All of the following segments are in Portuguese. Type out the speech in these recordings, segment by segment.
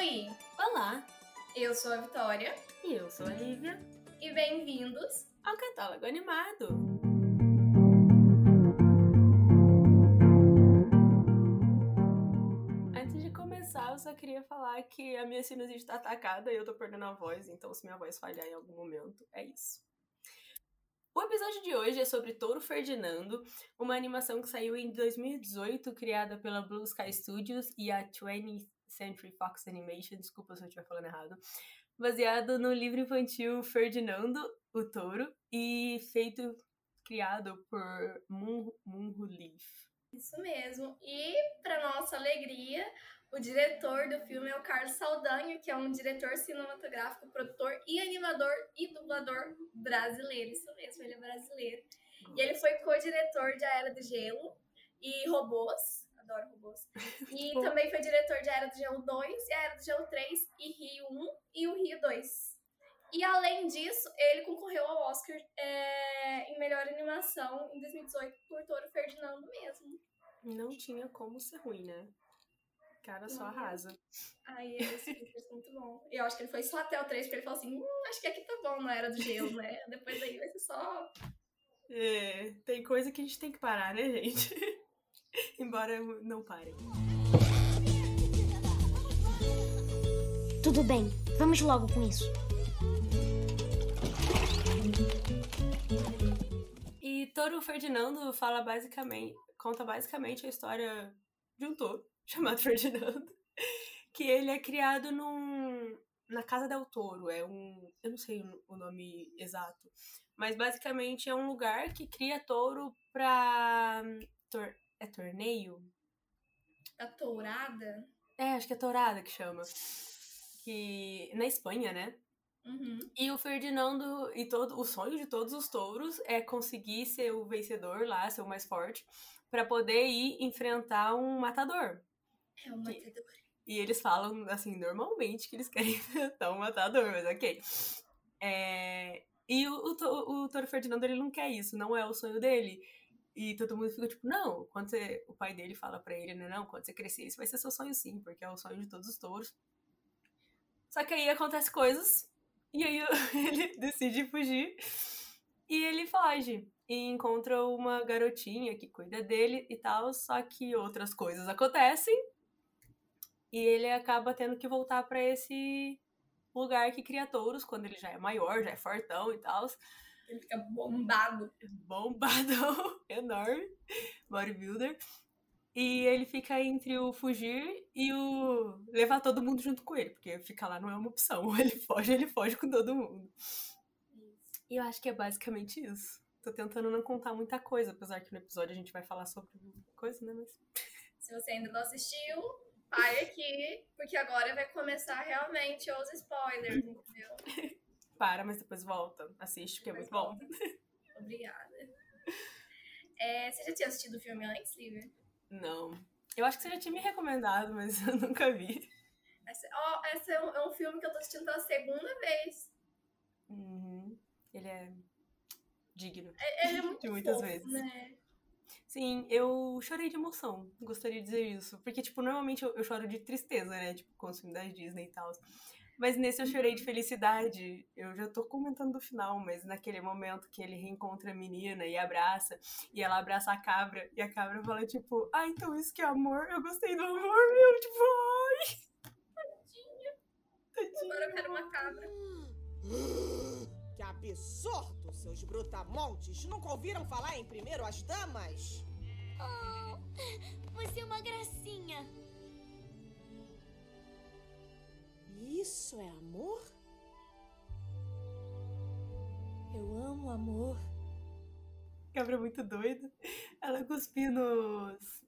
aí? Olá, Eu sou a Vitória e eu sou a Lívia, e bem-vindos. ao Catálogo Animado. Antes de começar, eu só queria falar que a minha sinusite tá atacada e eu tô perdendo a voz, então se minha voz falhar em algum momento, é isso. O episódio de hoje é sobre Touro Ferdinando, uma animação que saiu em 2018, criada pela Blue Sky Studios e a 20th Century Fox Animation, desculpa se eu estiver falando errado, baseado no livro infantil Ferdinando, o Touro, e criado por Munro Leaf. Isso mesmo. E, para nossa alegria, o diretor do filme é o Carlos Saldanha, que é um diretor cinematográfico, produtor e animador e dublador brasileiro. Isso mesmo, ele é brasileiro. E ele foi co-diretor de A Era do Gelo e Robôs. Adoro Robôs. E também foi diretor de A Era do Gelo 2 e A Era do Gelo 3 e Rio 1 e o Rio 2. E além disso, ele concorreu ao Oscar em melhor animação em 2018 por Touro Ferdinando mesmo. Não tinha como ser ruim, né? O cara só arrasa. Ai, esse filme é muito bom. Eu acho que ele foi só até o 3, porque ele falou assim, acho que aqui tá bom na Era do Gelo, né? Depois daí vai ser só... É, tem coisa que a gente tem que parar, né, gente? Embora não parem. Tudo bem, vamos logo com isso. E Touro Ferdinando conta basicamente a história de um touro chamado Ferdinando, que ele é criado na Casa del Toro, eu não sei o nome exato, mas basicamente é um lugar que cria touro pra... é torneio? A tourada? É, acho que é tourada que chama. Que na Espanha, né? Uhum. E o Ferdinando, o sonho de todos os touros é conseguir ser o vencedor lá, ser o mais forte, pra poder ir enfrentar um matador. É um matador. E eles falam, assim, normalmente que eles querem enfrentar um matador, mas ok. E o Touro Ferdinando, ele não quer isso, não é o sonho dele. E todo mundo fica tipo, não, o pai dele fala pra ele, né, não, quando você crescer, isso vai ser seu sonho sim, porque é o sonho de todos os touros. Só que aí acontece coisas, e aí ele decide fugir, e ele foge. E encontra uma garotinha que cuida dele e tal, só que outras coisas acontecem, e ele acaba tendo que voltar pra esse lugar que cria touros, quando ele já é maior, já é fortão e tal. Ele fica bombado. Bombadão, enorme, bodybuilder. E ele fica entre o fugir e o levar todo mundo junto com ele, porque ficar lá não é uma opção. Ou ele foge com todo mundo. E eu acho que é basicamente isso. Tô tentando não contar muita coisa, apesar que no episódio a gente vai falar sobre coisa, né? Mas... Se você ainda não assistiu, pare aqui, porque agora vai começar realmente os spoilers, entendeu? Para, mas depois volta. Assiste, porque é muito bom. Obrigada. Você já tinha assistido o filme antes, Lívia? Não. Eu acho que você já tinha me recomendado, mas eu nunca vi. Esse é um filme que eu tô assistindo pela segunda vez. Uhum. Ele é digno. Ele é muito de muitas fofo, vezes. né? Sim, eu chorei de emoção, gostaria de dizer isso. Porque, tipo, normalmente eu choro de tristeza, né? Tipo, com os filmes da Disney e tal. Mas nesse eu chorei de felicidade. Eu já tô comentando do final, mas naquele momento que ele reencontra a menina e abraça, e ela abraça a cabra, e a cabra fala, tipo, ah, então isso que é amor? Eu gostei do amor, meu, tipo, ai. Tadinha. Agora eu quero uma cabra. Que absurdo! Seus brutamontes nunca ouviram falar em primeiro as damas? Oh, você é uma gracinha. Isso é amor? Eu amo amor. Cabra é muito doida. Ela cuspiu nos...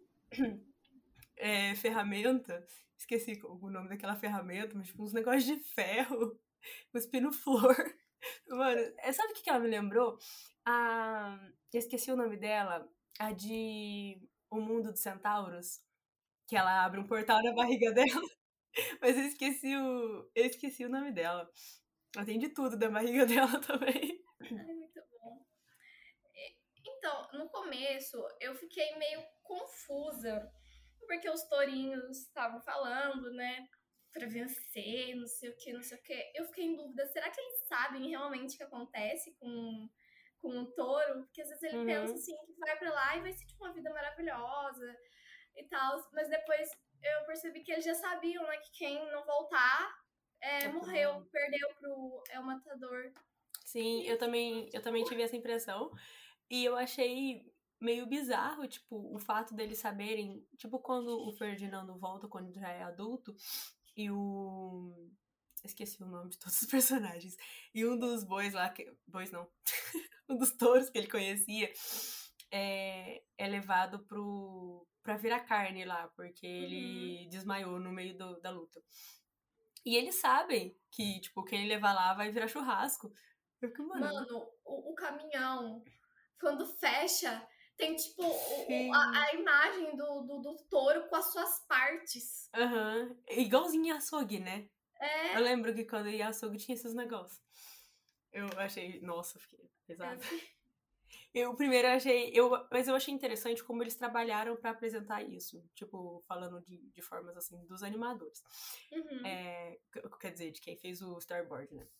ferramenta. Esqueci o nome daquela ferramenta, mas tipo uns negócios de ferro. Cuspindo flor. Mano, sabe o que ela me lembrou? Eu esqueci o nome dela. A de O Mundo dos Centauros. Que ela abre um portal na barriga dela. Mas eu esqueci o nome dela. Ela tem de tudo da barriga dela também. Ai, muito bom. Então, no começo, eu fiquei meio confusa. Porque os tourinhos estavam falando, né? pra vencer, não sei o que, não sei o que. Eu fiquei em dúvida, será que eles sabem realmente o que acontece com o touro? Porque às vezes ele pensa assim, que vai pra lá e vai ser tipo uma vida maravilhosa e tal. Mas depois eu percebi que eles já sabiam, né, que quem não voltar morreu, perdeu pro El Matador. Sim, eu também tive essa impressão. E eu achei meio bizarro, tipo, o fato deles saberem, tipo, quando o Ferdinando volta, quando já é adulto, e o... Esqueci o nome de todos os personagens. E um dos bois lá, bois não, um dos touros que ele conhecia, é levado pra virar carne lá, porque ele desmaiou no meio da luta. E eles sabem que, tipo, quem levar lá vai virar churrasco. Eu fico, Mano, o caminhão, quando fecha, tem tipo Sim. a imagem do touro com as suas partes. Aham. Igualzinho em açougue, né? É. Eu lembro que quando ia açougue tinha esses negócios. Eu achei, nossa, fiquei pesado. Eu primeiro achei, mas eu achei interessante como eles trabalharam pra apresentar isso. Tipo, falando de formas assim, dos animadores. Quer dizer, de quem fez o storyboard, né?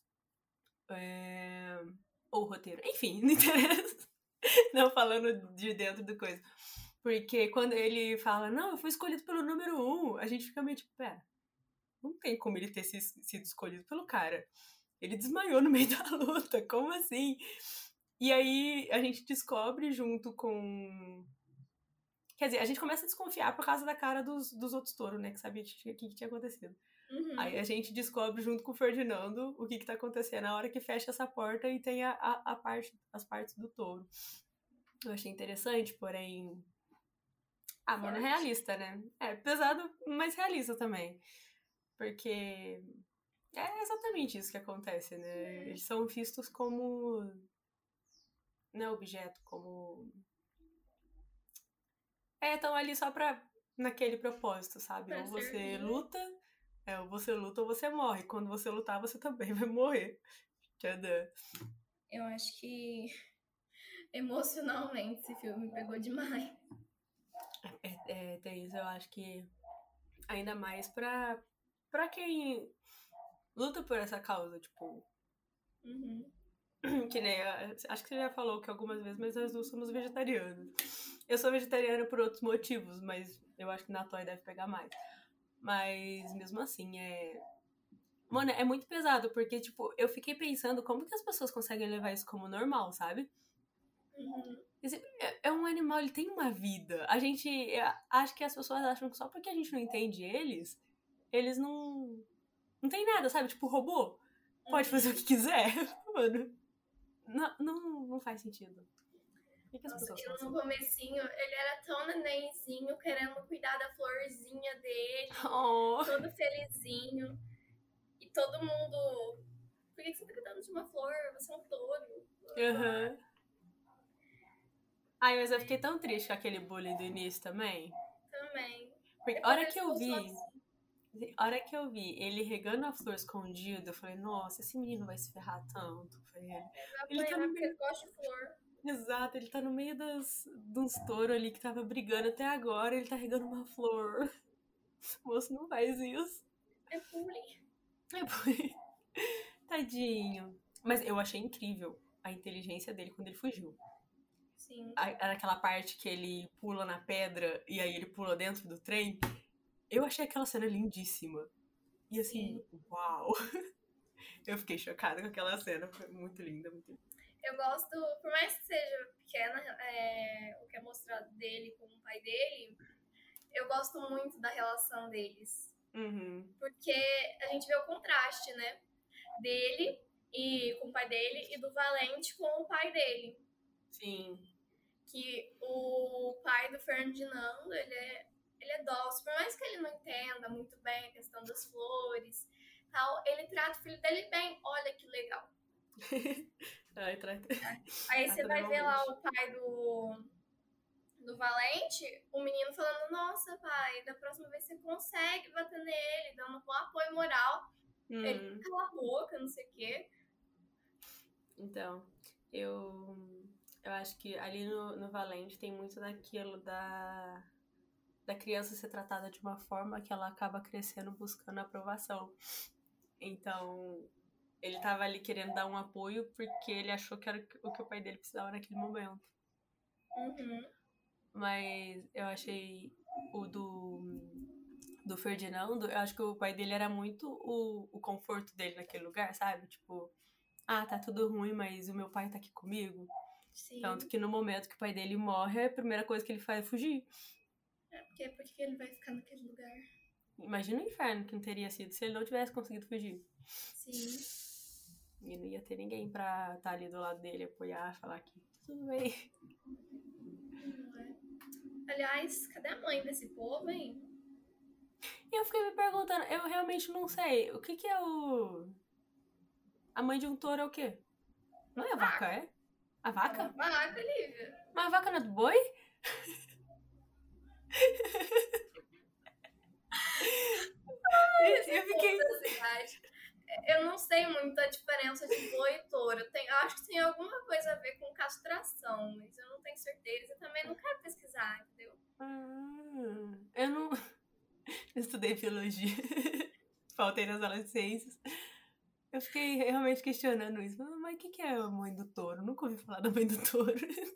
Ou o roteiro. Enfim, não interessa. Não falando de dentro do coisa. Porque quando ele fala, não, eu fui escolhido pelo número 1, a gente fica meio tipo, pera, não tem como ele ter sido escolhido pelo cara. Ele desmaiou no meio da luta, como assim? E aí a gente descobre junto com... Quer dizer, a gente começa a desconfiar por causa da cara dos outros touros, né? Que sabia o que tinha acontecido. Aí a gente descobre junto com o Ferdinando o que tá acontecendo na hora que fecha essa porta e tem as partes do touro. Eu achei interessante, porém... mano, é realista, né? É pesado, mas realista também. Porque é exatamente isso que acontece, né? Eles são vistos como... Não é objeto, como... Estão ali só naquele propósito, sabe? Pra ou você servir. luta, ou você morre. Quando você lutar, você também vai morrer. Tchadã. Eu acho que emocionalmente esse filme me pegou demais. Tem isso, eu acho que ainda mais pra quem luta por essa causa, tipo... Que nem, acho que você já falou que algumas vezes, mas nós duas somos vegetarianos. Eu sou vegetariana por outros motivos, mas eu acho que na Toy deve pegar mais. Mas mesmo assim, Mano, é muito pesado, porque, tipo, eu fiquei pensando como que as pessoas conseguem levar isso como normal, sabe? É um animal, ele tem uma vida. A gente... acho que as pessoas acham que só porque a gente não entende eles não... Não tem nada, sabe? Tipo, robô. Pode fazer o que quiser. Mano, não faz sentido. O que as pessoas Nossa, pensam? no comecinho, ele era tão nenenzinho, querendo cuidar da florzinha dele, todo felizinho. E todo mundo... Por que você tá cuidando de uma flor? Você é um touro. Ai, mas eu fiquei tão triste com aquele bullying do início também. Também. Porque a hora que eu vi ele regando a flor escondido, eu falei, nossa, esse menino vai se ferrar tanto. Ele tá no porque meio... ele gosta de flor. Exato, ele tá no meio dos touros ali que tava brigando até agora, ele tá regando uma flor. O moço não faz isso. É bullying. É bullying. Tadinho. Mas eu achei incrível a inteligência dele quando ele fugiu. Sim. Aquela parte que ele pula na pedra e aí ele pula dentro do trem. Eu achei aquela cena lindíssima. E assim, uau! Eu fiquei chocada com aquela cena. Foi muito linda, muito linda. Eu gosto, por mais que seja pequena, o que é mostrado dele com o pai dele, eu gosto muito da relação deles. Porque a gente vê o contraste, né? Dele e com o pai dele e do Valente com o pai dele. Sim. Que o pai do Ferdinando, ele é dócil. Por mais que ele não entenda muito bem a questão das flores, tal, ele trata o filho dele bem. Olha que legal. Aí você vai ver lá o pai do Valente, o menino falando, nossa, pai, da próxima vez você consegue bater nele, dando um apoio moral. Ele cala a boca, não sei o quê. Então, eu acho que ali no Valente tem muito daquilo da da criança ser tratada de uma forma que ela acaba crescendo buscando aprovação. Então, ele tava ali querendo dar um apoio porque ele achou que era o que o pai dele precisava naquele momento. Uhum. Mas eu achei o do Ferdinando, eu acho que o pai dele era muito o conforto dele naquele lugar, sabe? Tipo, tá tudo ruim, mas o meu pai tá aqui comigo. Sim. Tanto que no momento que o pai dele morre, a primeira coisa que ele faz é fugir. Porque ele vai ficar naquele lugar. Imagina o inferno que não teria sido se ele não tivesse conseguido fugir. Sim. E não ia ter ninguém pra estar ali do lado dele, apoiar, falar que tudo bem. Não é. Aliás, cadê a mãe desse povo, hein? E eu fiquei me perguntando, eu realmente não sei, o que é o... A mãe de um touro é o quê? Não é a vaca, é? A vaca? É uma vaca, Lívia. Mas a vaca não é do boi? Eu fiquei... Eu não sei muito a diferença de boi e touro. Eu acho que tem alguma coisa a ver com castração, mas eu não tenho certeza. Eu também não quero pesquisar, entendeu? Eu não... Eu estudei biologia. Faltei nas aulas de ciências. Eu fiquei realmente questionando isso. Mas o que é a mãe do touro? Nunca ouvi falar da mãe do touro.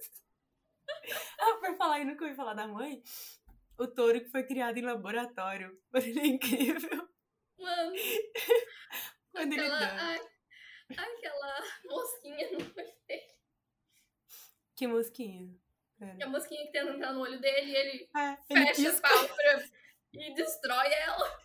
Por falar em nunca ouvi falar da mãe, o touro que foi criado em laboratório. Ele é incrível. Mano, Quando ele dá. aquela mosquinha no olho dele. Que mosquinha? A mosquinha que tenta entrar no olho dele e ele ele fecha pisca. a pálpebra e destrói ela.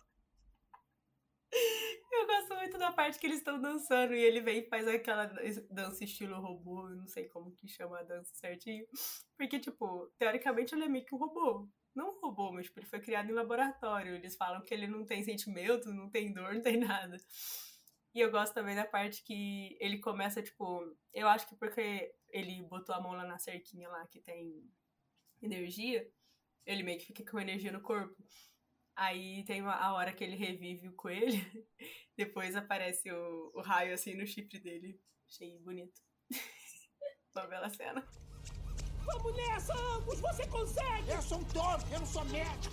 Eu gosto muito da parte que eles estão dançando e ele vem e faz aquela dança estilo robô, eu não sei como que chama a dança certinho. Porque, tipo, teoricamente ele é meio que um robô. Não um robô, mas tipo, ele foi criado em laboratório. Eles falam que ele não tem sentimento, não tem dor, não tem nada. E eu gosto também da parte que ele começa, tipo... Eu acho que porque ele botou a mão lá na cerquinha lá que tem energia, ele meio que fica com energia no corpo. Aí tem a hora que ele revive o coelho, depois aparece o raio assim no chifre dele. Achei bonito. Uma bela cena. Vamos nessa, ambos! Você consegue! Eu sou um touro, eu não sou médico.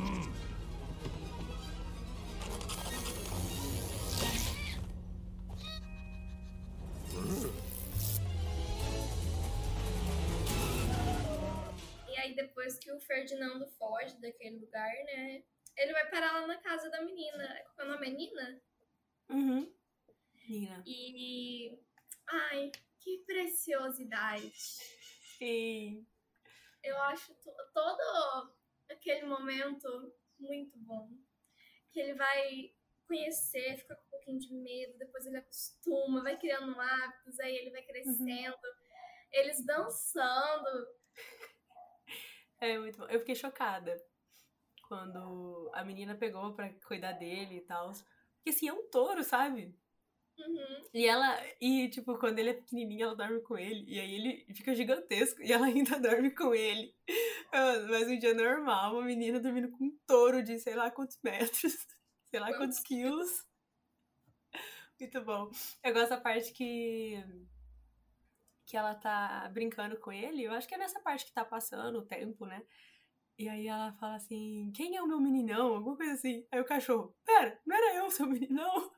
E aí depois que o Ferdinando foge daquele lugar, né? Ele vai parar lá na casa da menina. Qual é o nome? É Nina? Uhum. Nina. E... Ai, que preciosidade. Sim. Eu acho todo aquele momento muito bom. Que ele vai conhecer, fica com um pouquinho de medo, depois ele acostuma, vai criando hábitos, aí ele vai crescendo. Eles dançando. É muito bom. Eu fiquei chocada quando a menina pegou pra cuidar dele e tal. Porque assim, é um touro, sabe? E tipo, quando ele é pequenininho, ela dorme com ele. E aí ele fica gigantesco e ela ainda dorme com ele. Mas um dia normal, uma menina dormindo com um touro de sei lá quantos metros, sei lá quantos quilos. Muito bom. Eu gosto da parte que ela tá brincando com ele. Eu acho que é nessa parte que tá passando o tempo, né? E aí ela fala assim, quem é o meu meninão? Alguma coisa assim. Aí o cachorro, pera, não era eu o seu meninão?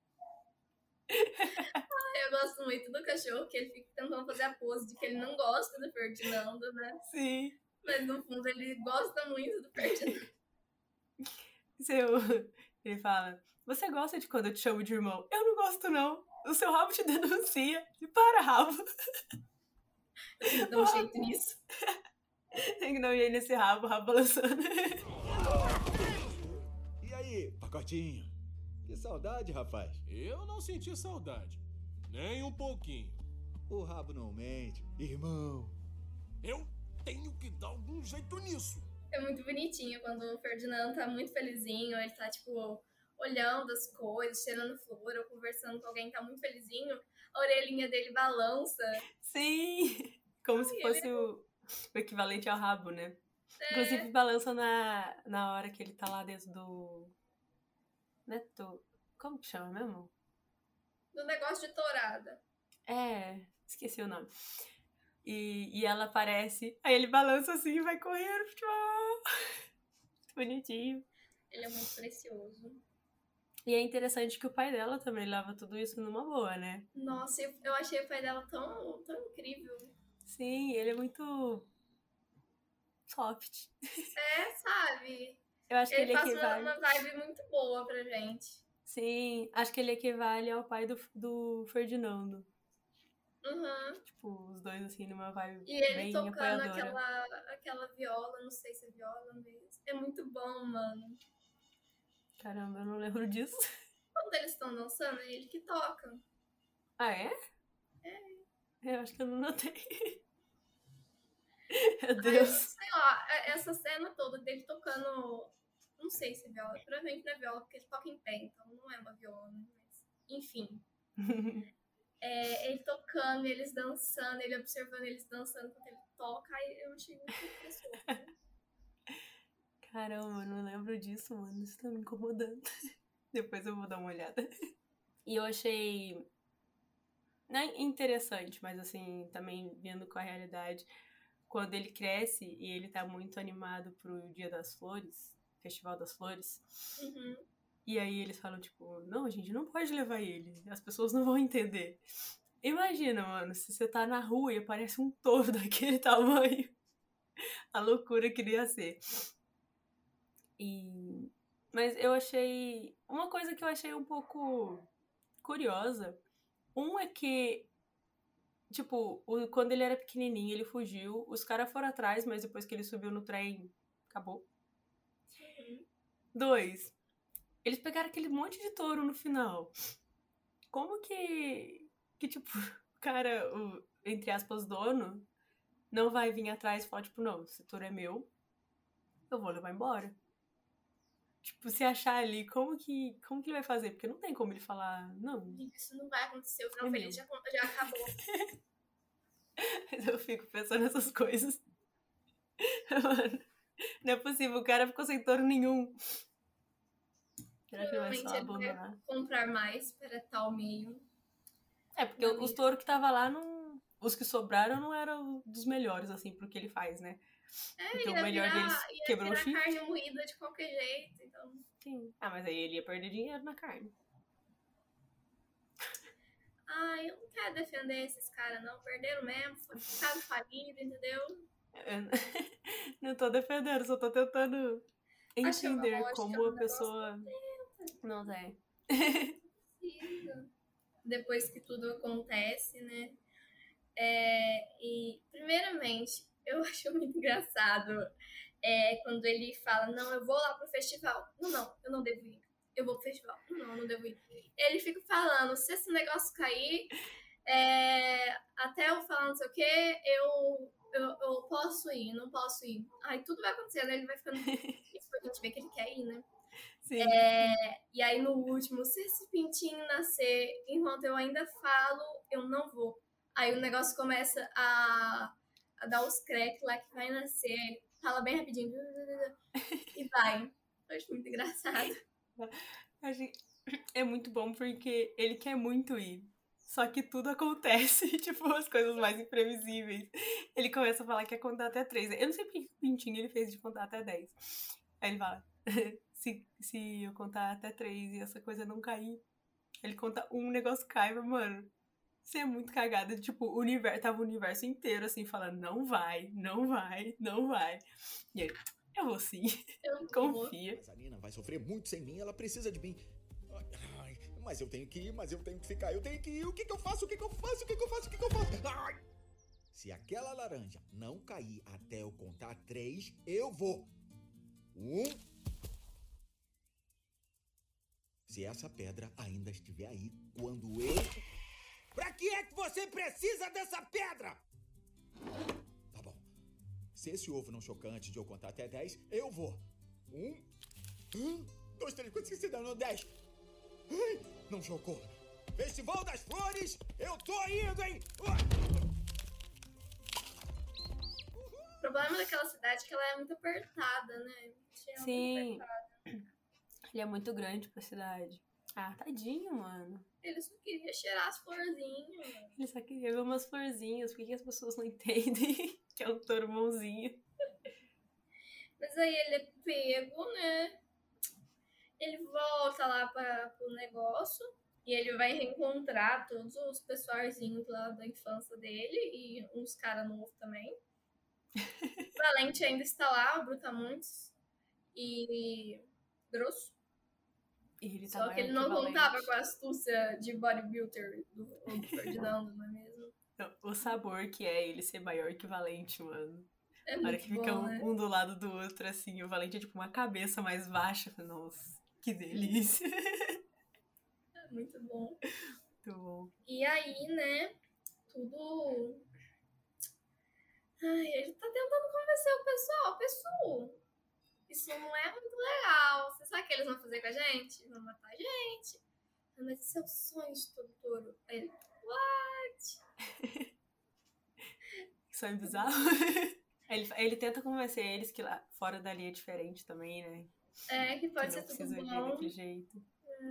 Eu gosto muito do cachorro, que ele fica tentando fazer a pose de que ele não gosta do Ferdinando, né? Sim. Mas no fundo ele gosta muito do Ferdinando. Ele fala, você gosta de quando eu te chamo de irmão? Eu não gosto não. O seu rabo te denuncia. E para, rabo. Tem que dar um jeito nisso. Tem que dar um jeito nesse rabo, o rabo balançando. E aí, pacotinho? Que saudade, rapaz. Eu não senti saudade. Nem um pouquinho. O rabo não mente, irmão. Eu tenho que dar algum jeito nisso. É muito bonitinho quando o Ferdinando tá muito felizinho, ele tá, tipo, olhando as coisas, cheirando flor ou conversando com alguém que tá muito felizinho, a orelhinha dele balança. Sim! Como se fosse o equivalente ao rabo, né? Inclusive, balança na hora que ele tá lá dentro do... Né? Como que chama mesmo? Do negócio de tourada. Esqueci o nome. E ela aparece, aí ele balança assim e vai correndo. Bonitinho. Ele é muito precioso. E é interessante que o pai dela também leva tudo isso numa boa, né? Nossa, eu achei o pai dela tão incrível. Sim, ele é muito soft. Sabe? Eu acho que Ele ele passa equivale. uma vibe muito boa pra gente. Sim, acho que ele equivale ao pai do Ferdinando. Uhum. Tipo, os dois assim, numa vibe E ele bem tocando apoiadora. aquela viola, não sei se é viola mesmo. É muito bom, mano. Caramba, eu não lembro disso. Quando eles estão dançando, é ele que toca. Ah, é? Eu acho que eu não notei. Meu Deus. Sei lá, essa cena toda dele tocando. Não sei se é viola. Provavelmente não é viola, porque ele toca em pé, então não é uma viola, né? Mas, enfim. Ele tocando, eles dançando, ele observando eles dançando enquanto ele toca. Aí eu achei muito impressionante. Caramba, eu não lembro disso, mano. Isso tá me incomodando. Depois eu vou dar uma olhada. E eu achei. Não é interessante, mas assim, também vendo com a realidade. Quando ele cresce e ele tá muito animado pro Dia das Flores, Festival das Flores. Uhum. E aí eles falam, tipo, não, a gente não pode levar ele. As pessoas não vão entender. Imagina, mano, se você tá na rua e aparece um touro daquele tamanho. A loucura que ia ser. Mas eu achei... Uma coisa que eu achei um pouco curiosa. É que, tipo, quando ele era pequenininho, ele fugiu. Os caras foram atrás, mas depois que ele subiu no trem, acabou. Uhum. 2, eles pegaram aquele monte de touro no final. Como que tipo, o cara, entre aspas, dono, não vai vir atrás e falar, tipo, não, esse touro é meu, eu vou levar embora. Tipo, se achar ali, como que ele vai fazer? Porque não tem como ele falar, não. Isso não vai acontecer, o final É feliz já acabou. Mas eu fico pensando nessas coisas. Mano, não é possível, o cara ficou sem touro nenhum. Será que ele vai só Provavelmente ele abandonar? vai comprar mais para tal meio. É, porque os touros que tava lá, não... os que sobraram não eram dos melhores, assim, pro que ele faz, né? Porque o melhor deles quebrou o chifre. Carne moída de qualquer jeito, então... Sim. Ah, mas aí ele ia perder dinheiro na carne. Eu não quero defender esses caras, não. Perderam mesmo, ficaram falidos, entendeu? Eu não tô defendendo, só tô tentando entender como a pessoa... Não tem. Depois que tudo acontece, né? E, primeiramente, eu acho muito engraçado quando ele fala, não, eu vou lá pro festival. Não, eu não devo ir. Eu vou pro festival. Não, eu não devo ir. Ele fica falando, se esse negócio cair, até eu falar não sei o quê, eu posso ir, não posso ir. Aí tudo vai acontecendo, ele vai ficando... Isso pra gente ver que ele quer ir, né? Sim. E aí no último, se esse pintinho nascer enquanto eu ainda falo, eu não vou. Aí o negócio começa a dar os cracks lá que vai nascer. Fala bem rapidinho. E vai. Eu acho muito engraçado. É muito bom porque ele quer muito ir. Só que tudo acontece, tipo, as coisas mais imprevisíveis. Ele começa a falar que quer contar até 3. Eu não sei porque o pintinho ele fez de contar até 10. Aí ele fala, se eu contar até 3 e essa coisa não cair, ele conta um negócio cai, mas, mano, você é muito cagada. Tipo, tava o universo inteiro, assim, falando, não vai. E aí, eu vou sim, confia. Mas a Nina vai sofrer muito sem mim, ela precisa de mim. Mas eu tenho que ir, mas eu tenho que ficar, eu tenho que ir. O que eu faço? Ai! Se aquela laranja não cair até eu contar 3, eu vou. 1. Se essa pedra ainda estiver aí quando eu... Pra que é que você precisa dessa pedra? Tá bom. Se esse ovo não chocar antes de eu contar até 10, eu vou. 1, 2, 3, 4, 5, 6, 7, 8, 10. Ai, não chocou. Festival das Flores, eu tô indo, hein? O problema daquela cidade é que ela é muito apertada, né? Sim. Ele é muito grande pra cidade. Ah, tadinho, mano. Ele só queria cheirar as florzinhas. Ele só queria ver umas florzinhas. Por que as pessoas não entendem que é um touro bonzinho? Mas aí ele é pego, né? Ele volta lá pro negócio e ele vai reencontrar todos os pessoalzinhos lá da infância dele e uns caras novos também. O Valente ainda está lá, o Brutamontes e Grosso. E ele tá Só que maior ele não Valente. contava com a astúcia de bodybuilder do Ferdinando, não é mesmo? Não, o sabor que é ele ser maior que o Valente, mano. É A hora muito que fica bom, né? um do lado do outro, assim, o Valente é tipo uma cabeça mais baixa. Nossa, que delícia. É muito bom. Muito bom. E aí, né, tudo... Ai, ele tá tentando convencer o pessoal. Pessoal, isso não é muito legal. Você sabe o que eles vão fazer com a gente? Vão matar a gente. Ah, mas esse é o sonho de todo touro. Aí ele, what? Isso é bizarro. Ele tenta convencer eles que lá fora dali é diferente também, né? É, que pode Que ser não tudo precisa vir bom. daquele jeito.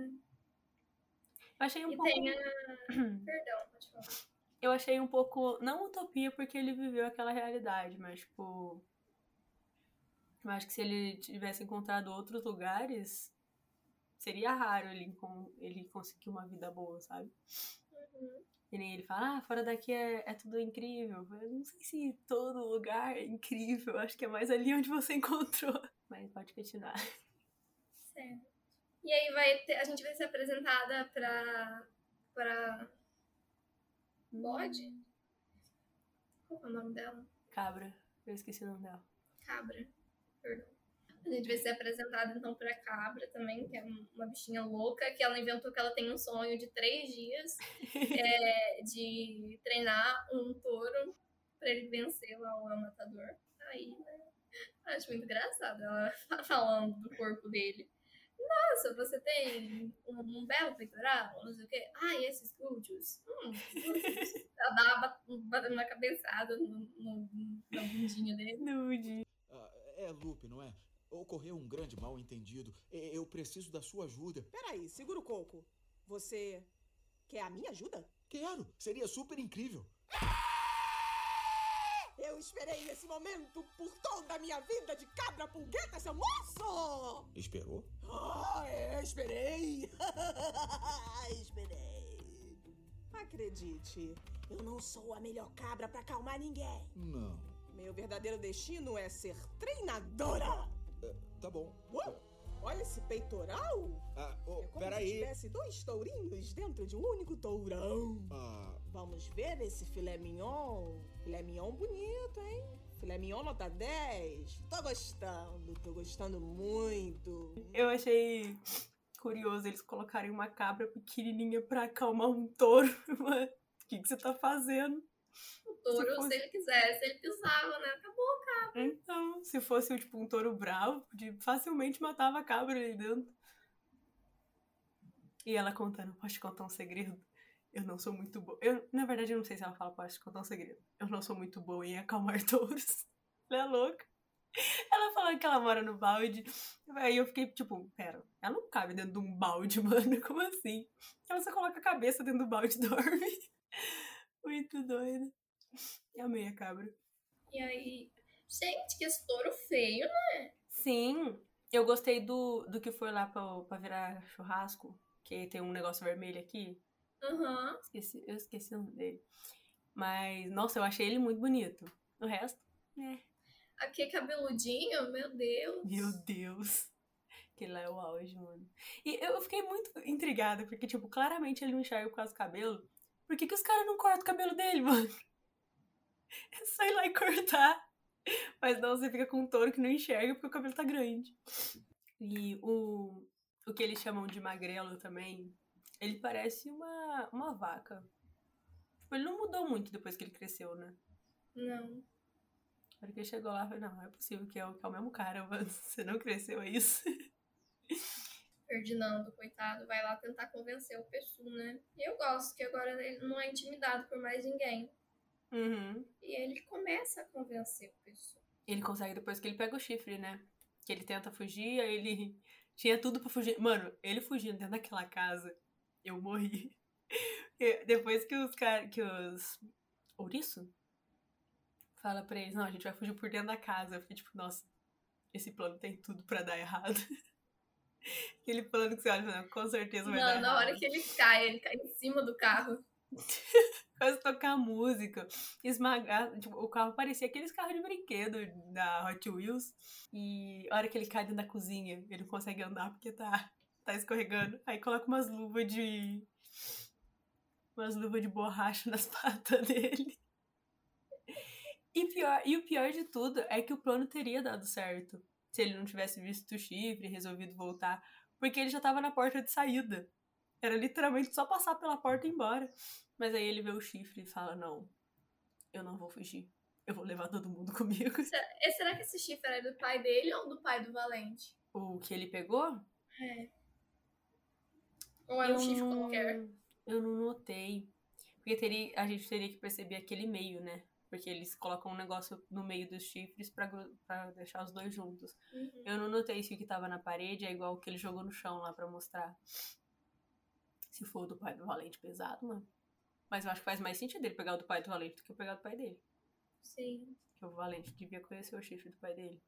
Eu achei um E pouco... tem a... Perdão, pode falar. Eu achei um pouco... Não utopia porque ele viveu aquela realidade, mas, tipo... Eu acho que se ele tivesse encontrado outros lugares, seria raro ele conseguir uma vida boa, sabe? Uhum. E nem ele fala, fora daqui é tudo incrível. Eu não sei se todo lugar é incrível. Acho que é mais ali onde você encontrou. Mas pode continuar. Certo. E aí a gente vai ser apresentada pra Bode? Qual é o nome dela? Cabra. Eu esqueci o nome dela. Cabra. Perdão. A gente vai ser apresentada então pra Cabra também, que é uma bichinha louca, que ela inventou que ela tem um sonho de 3 dias de treinar um touro pra ele vencer lá o matador. Aí, né? Acho muito engraçado ela falando do corpo dele. Nossa, você tem um belo peitoral, não sei o quê. Ah, e esses glúteos? Ela dava batendo uma cabeçada na bundinha dele. Nude. É Lupe, não é? Ocorreu um grande mal-entendido. Eu preciso da sua ajuda. Peraí, segura o coco. Você quer a minha ajuda? Quero. Seria super incrível. Eu esperei esse momento por toda a minha vida de cabra pulgueta, seu moço! Esperou? Esperei! Esperei. Acredite, eu não sou a melhor cabra pra acalmar ninguém. Não. Meu verdadeiro destino é ser treinadora. Tá bom. Olha esse peitoral. É como se tivesse 2 tourinhos dentro de um único tourão. Vamos ver esse filé mignon. Filé mignon bonito, hein? Filé mignon nota 10. Tô gostando muito. Eu achei curioso eles colocarem uma cabra pequenininha pra acalmar um touro. Mano, o que você tá fazendo? O touro, se ele quisesse, ele pisava, né? Acabou. Então, se fosse tipo um touro bravo, facilmente matava a cabra ali dentro. E ela contando, posso te contar um segredo? Eu não sou muito boa. Na verdade, eu não sei se ela fala, posso te contar um segredo. Eu não sou muito boa em acalmar touros. Ela é louca. Ela falando que ela mora no balde. Aí eu fiquei tipo, pera, ela não cabe dentro de um balde, mano. Como assim? Ela só coloca a cabeça dentro do balde e dorme. Muito doida. Eu amei a cabra. E aí, gente, que esse touro feio, né? Sim, eu gostei do que foi lá pra virar churrasco, que tem um negócio vermelho aqui. Uhum. Eu esqueci o nome dele. Mas, nossa, eu achei ele muito bonito. O resto, Aqui cabeludinho, meu Deus. Meu Deus. Aquele lá é o auge, mano. E eu fiquei muito intrigada, porque, tipo, claramente ele não enxerga por causa do cabelo. Por que os caras não cortam o cabelo dele, mano? É só ir lá e cortar. Mas não, você fica com um touro que não enxerga porque o cabelo tá grande. E o que eles chamam de magrelo também, ele parece uma vaca. Tipo, ele não mudou muito depois que ele cresceu, né? Não. Porque ele chegou lá e falou, não é possível que é o mesmo cara, mano. Você não cresceu, é isso? Ferdinando, coitado, vai lá tentar convencer o Pessu, né? E eu gosto que agora ele não é intimidado por mais ninguém. Uhum. E ele começa a convencer o Pessu. Ele consegue depois que ele pega o chifre, né? Que ele tenta fugir, aí ele tinha tudo pra fugir. Mano, ele fugindo dentro daquela casa, eu morri. Depois que os ouriço fala pra eles, não, a gente vai fugir por dentro da casa. Eu fiquei tipo, nossa, esse plano tem tudo pra dar errado. Aquele plano que você olha e fala, com certeza vai dar Mano, na hora errado. que ele cai em cima do carro. Quase tocar música, esmagar. Tipo, o carro parecia aqueles carros de brinquedo da Hot Wheels. E a hora que ele cai dentro da cozinha, ele não consegue andar porque tá escorregando. Aí coloca umas luvas de borracha nas patas dele. E o pior de tudo é que o plano teria dado certo se ele não tivesse visto o chifre e resolvido voltar. Porque ele já tava na porta de saída. Era literalmente só passar pela porta e ir embora. Mas aí ele vê o chifre e fala, não, eu não vou fugir. Eu vou levar todo mundo comigo. Será que esse chifre era do pai dele ou do pai do Valente? O que ele pegou? É. Ou era um chifre qualquer? Eu não notei. Porque a gente teria que perceber aquele meio, né? Porque eles colocam um negócio no meio dos chifres pra deixar os dois juntos. Uhum. Eu não notei se o que tava na parede é igual o que ele jogou no chão lá pra mostrar. Se for o do pai do Valente pesado, mano. Mas eu acho que faz mais sentido ele pegar o do pai do Valente do que eu pegar o do pai dele. Sim. Porque o Valente devia conhecer o chifre do pai dele.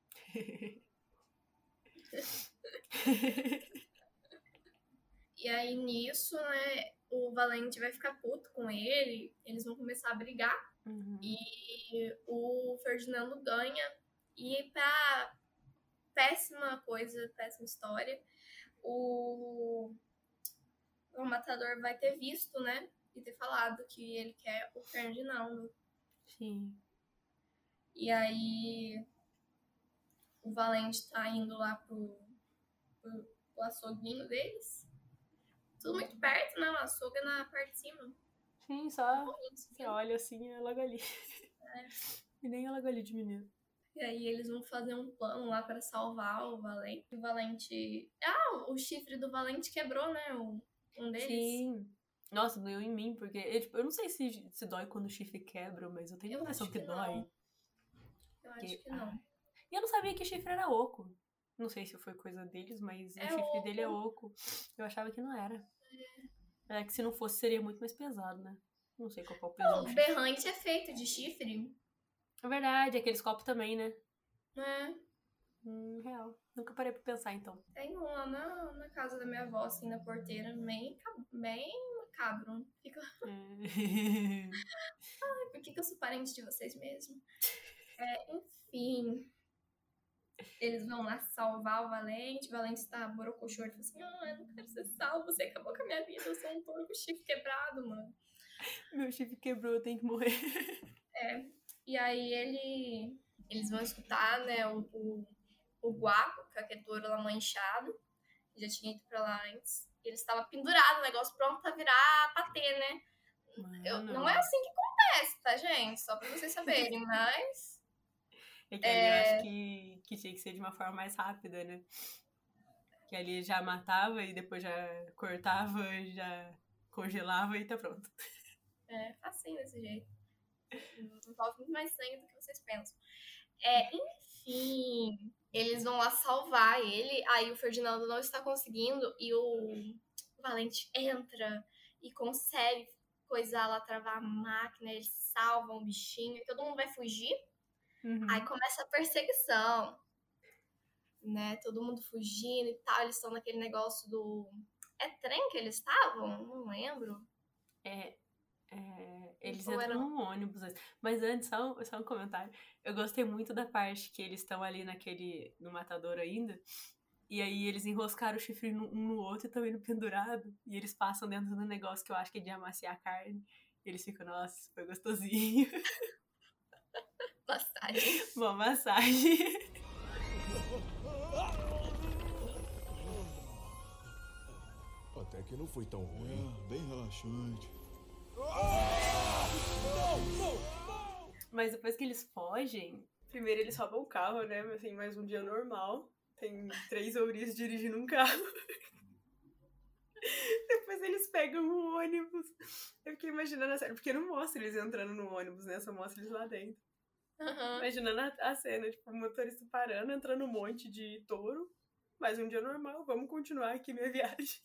E aí, nisso, né, o Valente vai ficar puto com ele, eles vão começar a brigar, Uhum. e o Ferdinando ganha, e pra péssima história, o matador vai ter visto, né, e ter falado que ele quer o Ferdinando. Sim. E aí, o Valente tá indo lá pro açouguinho deles. Tudo muito perto, né? O açougue é na parte de cima. Sim, só você olha assim, é logo ali. É. E nem é logo ali de menino. E aí eles vão fazer um plano lá pra salvar o Valente. O Valente... o chifre do Valente quebrou, né? Um deles. Sim. Nossa, doeu em mim, porque eu não sei se dói quando o chifre quebra, mas eu tenho a impressão que dói. Não. Eu acho que não. E eu não sabia que chifre era oco. Não sei se foi coisa deles, mas o chifre oco. dele é oco. Eu achava que não era. É que se não fosse, seria muito mais pesado, né? Não sei qual é o peso do O chifre. berrante é feito de chifre. É verdade, aqueles copos também, né? É. Real. Nunca parei pra pensar, então. Tem um lá na casa da minha avó, assim, na porteira, bem macabro. Fica... Ai, por que eu sou parente de vocês mesmo? Enfim... Eles vão lá salvar o Valente tá borocochô, ele fala assim, eu não quero ser salvo, você acabou com a minha vida, eu sou um touro com o chifre quebrado, mano. Meu chifre quebrou, eu tenho que morrer. E aí eles vão escutar, né, o Guaco, que é aquele touro lá manchado, já tinha ido pra lá antes, e ele estava pendurado, o negócio pronto pra virar patê, né? Não é assim que acontece, tá, gente? Só pra vocês saberem, mas... É que ali eu acho que tinha que ser de uma forma mais rápida, né? Que ali já matava e depois já cortava, já congelava e tá pronto. Facinho desse jeito. Envolve muito mais sangue do que vocês pensam. Enfim, eles vão lá salvar ele, aí o Ferdinando não está conseguindo e o Valente entra e consegue coisar lá, travar a máquina, eles salvam o bichinho e todo mundo vai fugir. Uhum. Aí começa a perseguição, né? Todo mundo fugindo e tal. Eles estão naquele negócio do... É trem que eles estavam? Não lembro. Eles entram num ônibus. Mas antes, só um comentário. Eu gostei muito da parte que eles estão ali no matador ainda. E aí eles enroscaram o chifre um no outro e estão indo pendurado. E eles passam dentro do negócio que eu acho que é de amaciar a carne. E eles ficam, nossa, foi gostosinho. Massagem. Boa massagem. Até que não foi tão ruim. Bem relaxante. Mas depois que eles fogem, primeiro eles roubam o carro, né? Assim, mais um dia normal. Tem 3 ouris dirigindo um carro. Depois eles pegam o ônibus. Eu fiquei imaginando a cena, porque não mostra eles entrando no ônibus, né? Só mostra eles lá dentro. Uhum. Imaginando a cena, tipo, o motorista parando, entrando um monte de touro. Mais um dia normal, vamos continuar aqui minha viagem.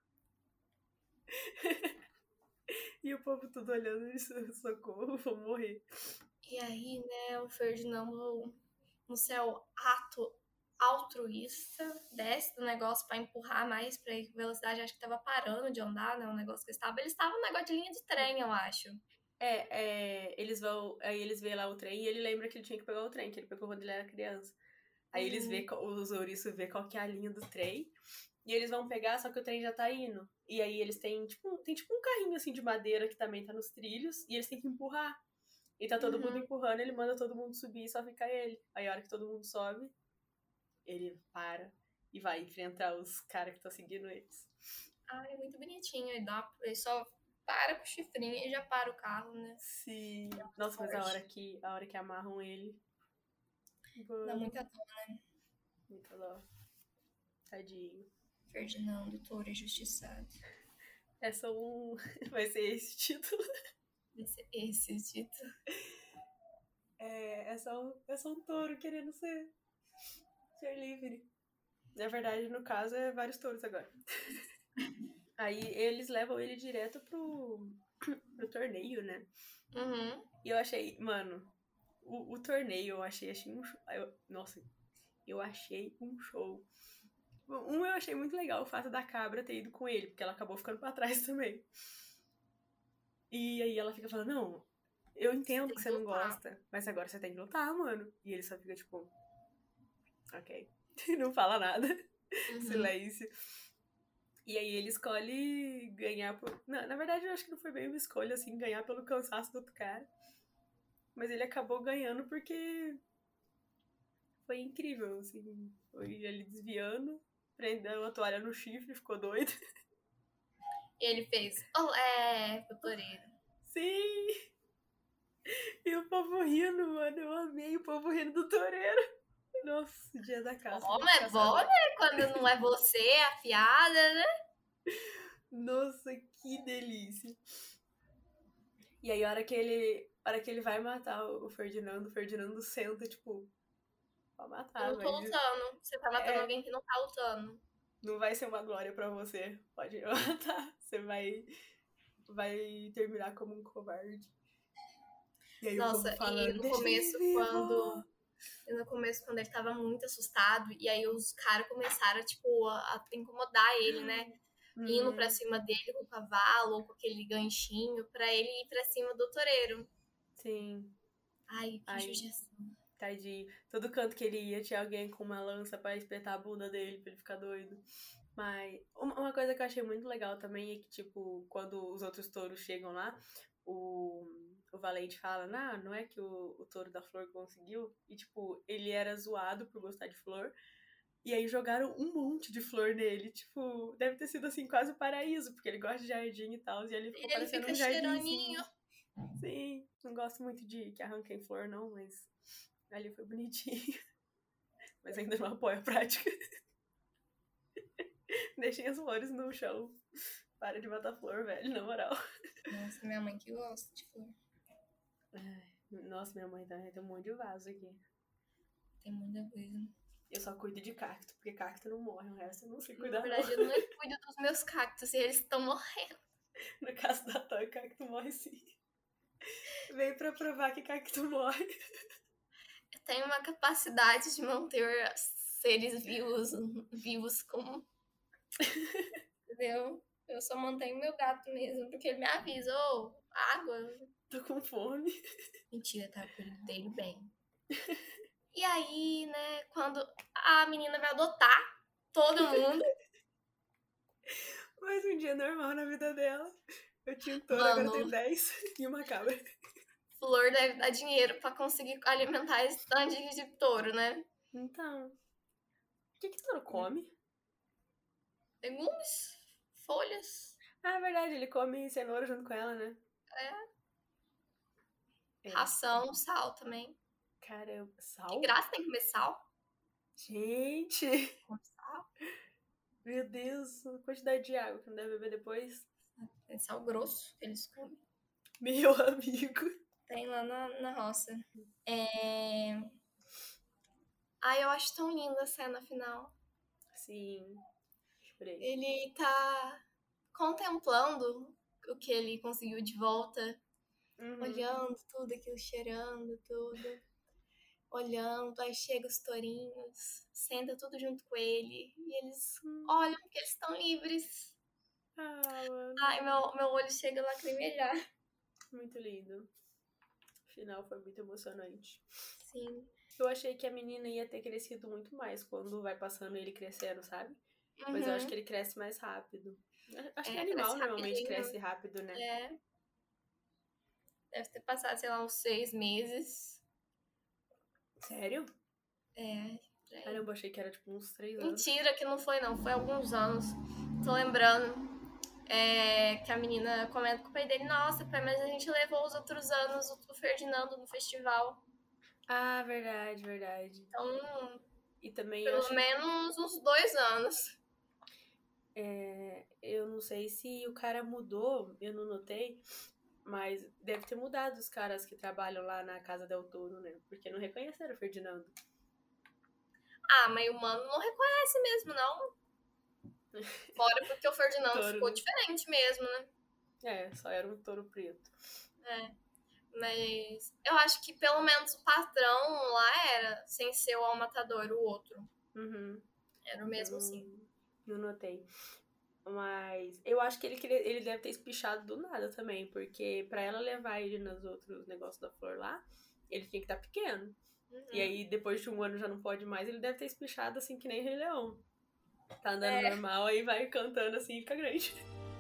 E o povo tudo olhando isso, socorro, vou morrer. E aí, né, o Ferdinando no seu ato altruísta, desce do negócio pra empurrar mais pra ir com velocidade, acho que tava parando de andar, né, o negócio que eles estavam no negócio de linha de trem, eu acho. Eles vão, aí eles veem lá o trem e ele lembra que ele tinha que pegar o trem, que ele pegou quando ele era criança. Aí eles vê, os ouriços vê qual que é a linha do trem, e eles vão pegar, só que o trem já tá indo. E aí eles têm, tipo um carrinho, assim, de madeira que também tá nos trilhos, e eles têm que empurrar. E tá todo mundo empurrando, ele manda todo mundo subir e só fica ele. Aí a hora que todo mundo sobe, ele para e vai enfrentar os caras que estão seguindo eles. Ai, é muito bonitinho. Ele só para com o chifrinho e já para o carro, né? Sim. Nossa, mas a hora que amarram ele... Dá muita dó, né? Muita dó. Tadinho. Ferdinando, touro injustiçado. Vai ser esse título. Vai ser esse o título. É só um touro querendo ser livre. Na verdade, no caso, é vários touros agora. Aí eles levam ele direto pro torneio, né? E eu achei, mano, o torneio eu achei um show. Eu achei um show. Eu achei muito legal o fato da cabra ter ido com ele, porque ela acabou ficando pra trás também. E aí ela fica falando, não, eu entendo que você não gosta, mas agora você tem que lutar, mano. E ele só fica tipo, ok. Não fala nada. Silêncio. E aí ele escolhe ganhar por... Não, na verdade eu acho que não foi bem uma escolha, assim, ganhar pelo cansaço do outro cara. Mas ele acabou ganhando porque foi incrível, assim. Foi ele desviando, prendeu a toalha no chifre, ficou doido. E ele fez, o toureiro. Sim! E o povo rindo, mano. Eu amei o povo rindo do toureiro. Nossa, dia da caça. Mas é bom, né? Quando não é você, a piada, né? Nossa, que delícia. E aí, a hora que ele vai matar o Ferdinando senta, tipo, pra matar. Eu não tô lutando. Você tá matando alguém que não tá lutando. Não vai ser uma glória pra você. Pode matar. Você vai terminar como um covarde. E aí, nossa, e no começo, quando ele tava muito assustado, e aí os caras começaram, tipo, a incomodar ele, né? Indo pra cima dele com o cavalo, ou com aquele ganchinho, pra ele ir pra cima do toureiro. Sim. Ai, que judiação. Tadinho. Todo canto que ele ia tinha alguém com uma lança pra espetar a bunda dele, pra ele ficar doido. Mas uma coisa que eu achei muito legal também é que, tipo, quando os outros touros chegam lá, o Valente fala, não é que o touro da flor conseguiu. E, tipo, ele era zoado por gostar de flor. E aí jogaram um monte de flor nele. Tipo, deve ter sido, assim, quase o paraíso, porque ele gosta de jardim e tal. E ele ficou parecendo um jardinzinho. Sim, não gosto muito de que arranquem flor, não, mas ali foi bonitinho. Mas ainda não apoio a prática. Deixem as flores no chão. Para de matar flor, velho, na moral. Nossa, minha mãe que gosta de flor. Nossa, minha mãe também tem um monte de vaso aqui. Tem muita coisa. Eu só cuido de cacto, porque cacto não morre, o resto eu não sei cuidar. Na verdade, eu não cuido dos meus cactos e eles estão morrendo. No caso da Toy, cacto morre sim. Veio pra provar que cacto morre. Eu tenho uma capacidade de manter seres vivos como... Entendeu? Eu só mantenho meu gato mesmo, porque ele me avisa, água. Tô com fome. Mentira, tá? Eu cuido dele bem. E aí, né, quando a menina vai adotar todo mundo... Mais um dia normal na vida dela. Eu tinha um touro, agora tem 10 e uma cabra. Flor deve dar dinheiro pra conseguir alimentar esse tanto de touro, né? Então, o que touro come? Legumes, folhas. Ah, é verdade, ele come cenoura junto com ela, né? Ração, sal também. Caramba, sal? Que graça, tem que comer sal. Gente! Com sal. Meu Deus, a quantidade de água que não deve beber depois. Tem sal grosso que eles comem. Meu amigo. Tem lá na roça. Ai, eu acho tão linda a cena final. Sim. Chorei. Ele tá contemplando o que ele conseguiu de volta. Olhando tudo aquilo, cheirando tudo. olhando, aí chega os tourinhos, senta tudo junto com ele, e eles olham porque eles estão livres. Mano. Ai, meu olho chega a lacrimejar. Muito lindo. O final foi muito emocionante. Sim. Eu achei que a menina ia ter crescido muito mais quando vai passando ele crescendo, sabe? Mas eu acho que ele cresce mais rápido. Acho que animal normalmente cresce rápido, né? É. Deve ter passado, sei lá, uns 6 meses. Sério? É. Caramba, achei que era tipo uns 3 anos. Mentira, que não foi não. Foi alguns anos. Tô lembrando que a menina comenta com o pai dele. Nossa, pai, mas a gente levou os outros anos o Ferdinando no festival. Ah, verdade. Então, e também pelo menos uns 2 anos. Eu não sei se o cara mudou, eu não notei, mas deve ter mudado os caras que trabalham lá na Casa del Toro, né? Porque não reconheceram o Ferdinando. Ah, mas o mano não reconhece mesmo, não. Fora porque o Ferdinando ficou diferente mesmo, né? Só era um touro preto. Mas eu acho que pelo menos o patrão lá era, sem ser o Almatador, o outro. Uhum. Era o mesmo, sim. Não notei. Mas eu acho que ele deve ter espichado do nada também, porque pra ela levar ele nos outros negócios da flor lá, ele tinha que estar pequeno. Uhum. E aí, depois de um ano já não pode mais, ele deve ter espichado assim que nem Rei Leão. Tá andando normal, aí vai cantando assim e fica grande.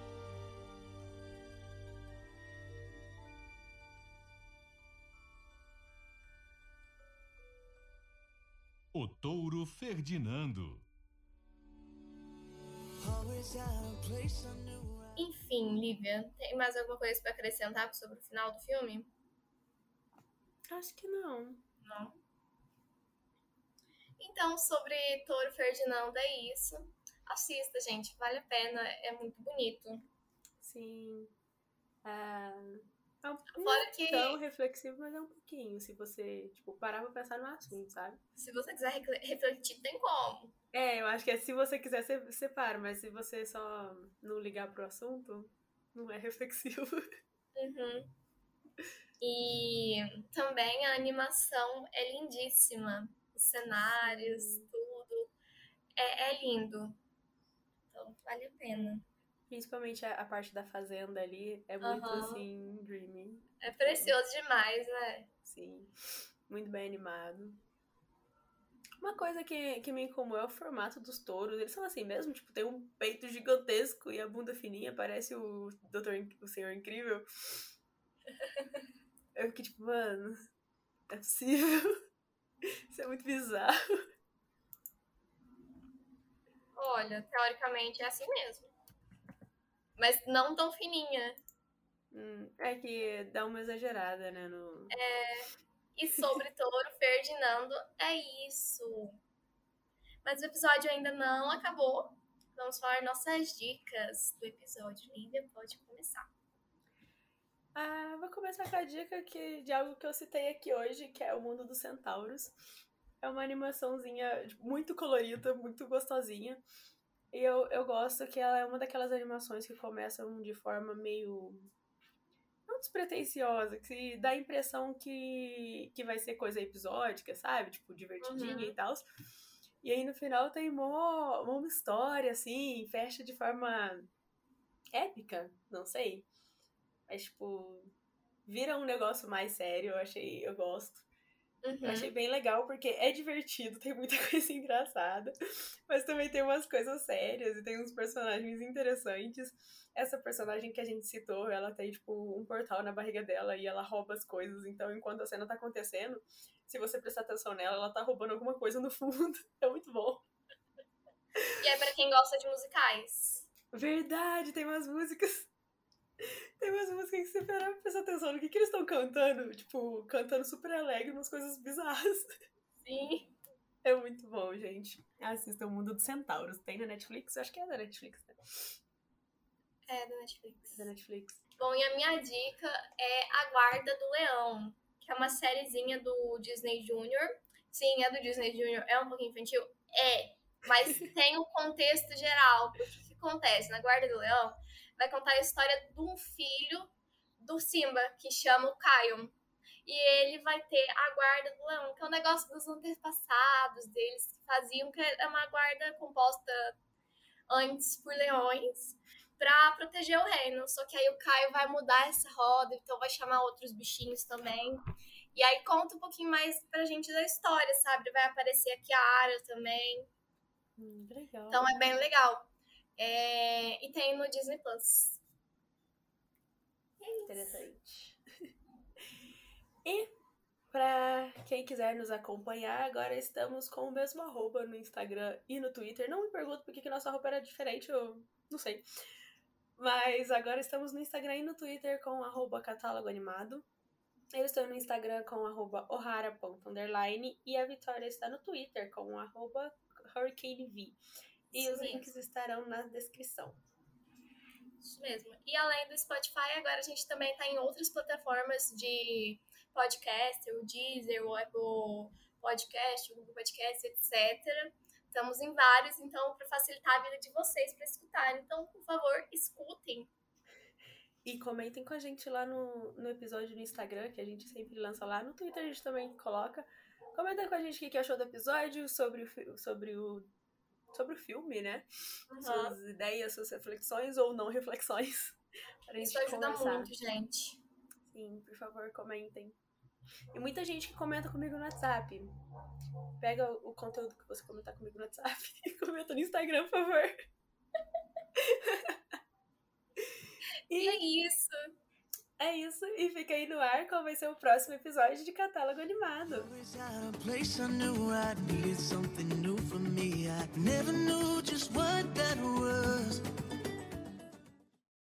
O Touro Ferdinando. Enfim, Lívia, tem mais alguma coisa pra acrescentar sobre o final do filme? Acho que não. Não. Então, sobre Touro Ferdinando é isso. Assista, gente, vale a pena, é muito bonito. Sim. Não que... tão reflexivo, mas é um pouquinho, se você, parar pra pensar no assunto, sabe? Se você quiser refletir, tem como. Eu acho que se você quiser, você para, mas se você só não ligar pro assunto, não é reflexivo. Uhum. E também a animação é lindíssima. Os cenários, tudo. É lindo. Então, vale a pena. Principalmente a parte da fazenda ali é muito, assim, dreamy. É precioso demais, né? Sim. Muito bem animado. Uma coisa que me incomodou é o formato dos touros. Eles são assim mesmo, tem um peito gigantesco e a bunda fininha, parece o Senhor Incrível. Eu fiquei mano, não é possível. Isso é muito bizarro. Olha, teoricamente é assim mesmo. Mas não tão fininha. É que dá uma exagerada, né? E sobre Touro Ferdinando, é isso. Mas o episódio ainda não acabou. Vamos falar nossas dicas do episódio. Lívia, pode começar. Vou começar com a dica de algo que eu citei aqui hoje, que é o Mundo dos Centauros. É uma animaçãozinha muito colorida, muito gostosinha. E eu gosto que ela é uma daquelas animações que começam de forma meio... não despretensiosa, que dá a impressão que vai ser coisa episódica, sabe? Divertidinha e tal. E aí no final tem uma história, assim, fecha de forma épica, não sei. Mas, vira um negócio mais sério, eu gosto. Eu achei bem legal, porque é divertido, tem muita coisa engraçada, mas também tem umas coisas sérias e tem uns personagens interessantes. Essa personagem que a gente citou, ela tem, um portal na barriga dela e ela rouba as coisas, então enquanto a cena tá acontecendo, se você prestar atenção nela, ela tá roubando alguma coisa no fundo. É muito bom. E é pra quem gosta de musicais. Verdade, tem umas músicas... Tem umas músicas que você parar pra prestar atenção no que eles estão cantando. Cantando super alegre, umas coisas bizarras. Sim. É muito bom, gente. Assistam o Mundo dos Centauros. Tem na Netflix? Eu acho que é da Netflix, né? É da Netflix. É da Netflix. Bom, e a minha dica é A Guarda do Leão, que é uma sériezinha do Disney Junior. Sim, é do Disney Junior. É um pouquinho infantil? É. Mas tem o contexto geral. Porque o que acontece? Na Guarda do Leão, vai contar a história de um filho do Simba, que chama o Kion. e ele vai ter a guarda do leão, que é um negócio dos antepassados deles, que faziam, que era uma guarda composta antes por leões, pra proteger o reino. Só que aí o Caio vai mudar essa roda, então vai chamar outros bichinhos também. E aí conta um pouquinho mais pra gente da história, sabe? Vai aparecer a Kiara também. Legal. Então é bem legal. E tem no Disney Plus. Interessante. E pra quem quiser nos acompanhar, agora estamos com o mesmo arroba no Instagram e no Twitter. Não me pergunto por que nossa arroba era diferente, eu não sei. Mas agora estamos no Instagram e no Twitter com @catálogoanimado. Eu estou no Instagram com @ohara._, e a Vitória está no Twitter com @hurricanev. E os links estarão na descrição. Isso mesmo. E além do Spotify, agora a gente também está em outras plataformas de podcast, o Deezer, o Apple Podcast, o Google Podcast, etc. Estamos em vários, então, para facilitar a vida de vocês para escutarem. Então, por favor, escutem. E comentem com a gente lá no episódio no Instagram, que a gente sempre lança lá. No Twitter a gente também coloca. Comentem com a gente o que achou do episódio, sobre o filme, né? Suas ideias, suas reflexões ou não reflexões. Pra Isso gente ajuda conversar. muito, gente. Sim, por favor, comentem. E muita gente que comenta comigo no WhatsApp. Pega o conteúdo que você comentar comigo no WhatsApp e comenta no Instagram, por favor. E é isso. É isso, e fica aí no ar qual vai ser o próximo episódio de Catálogo Animado. Never knew just what that was.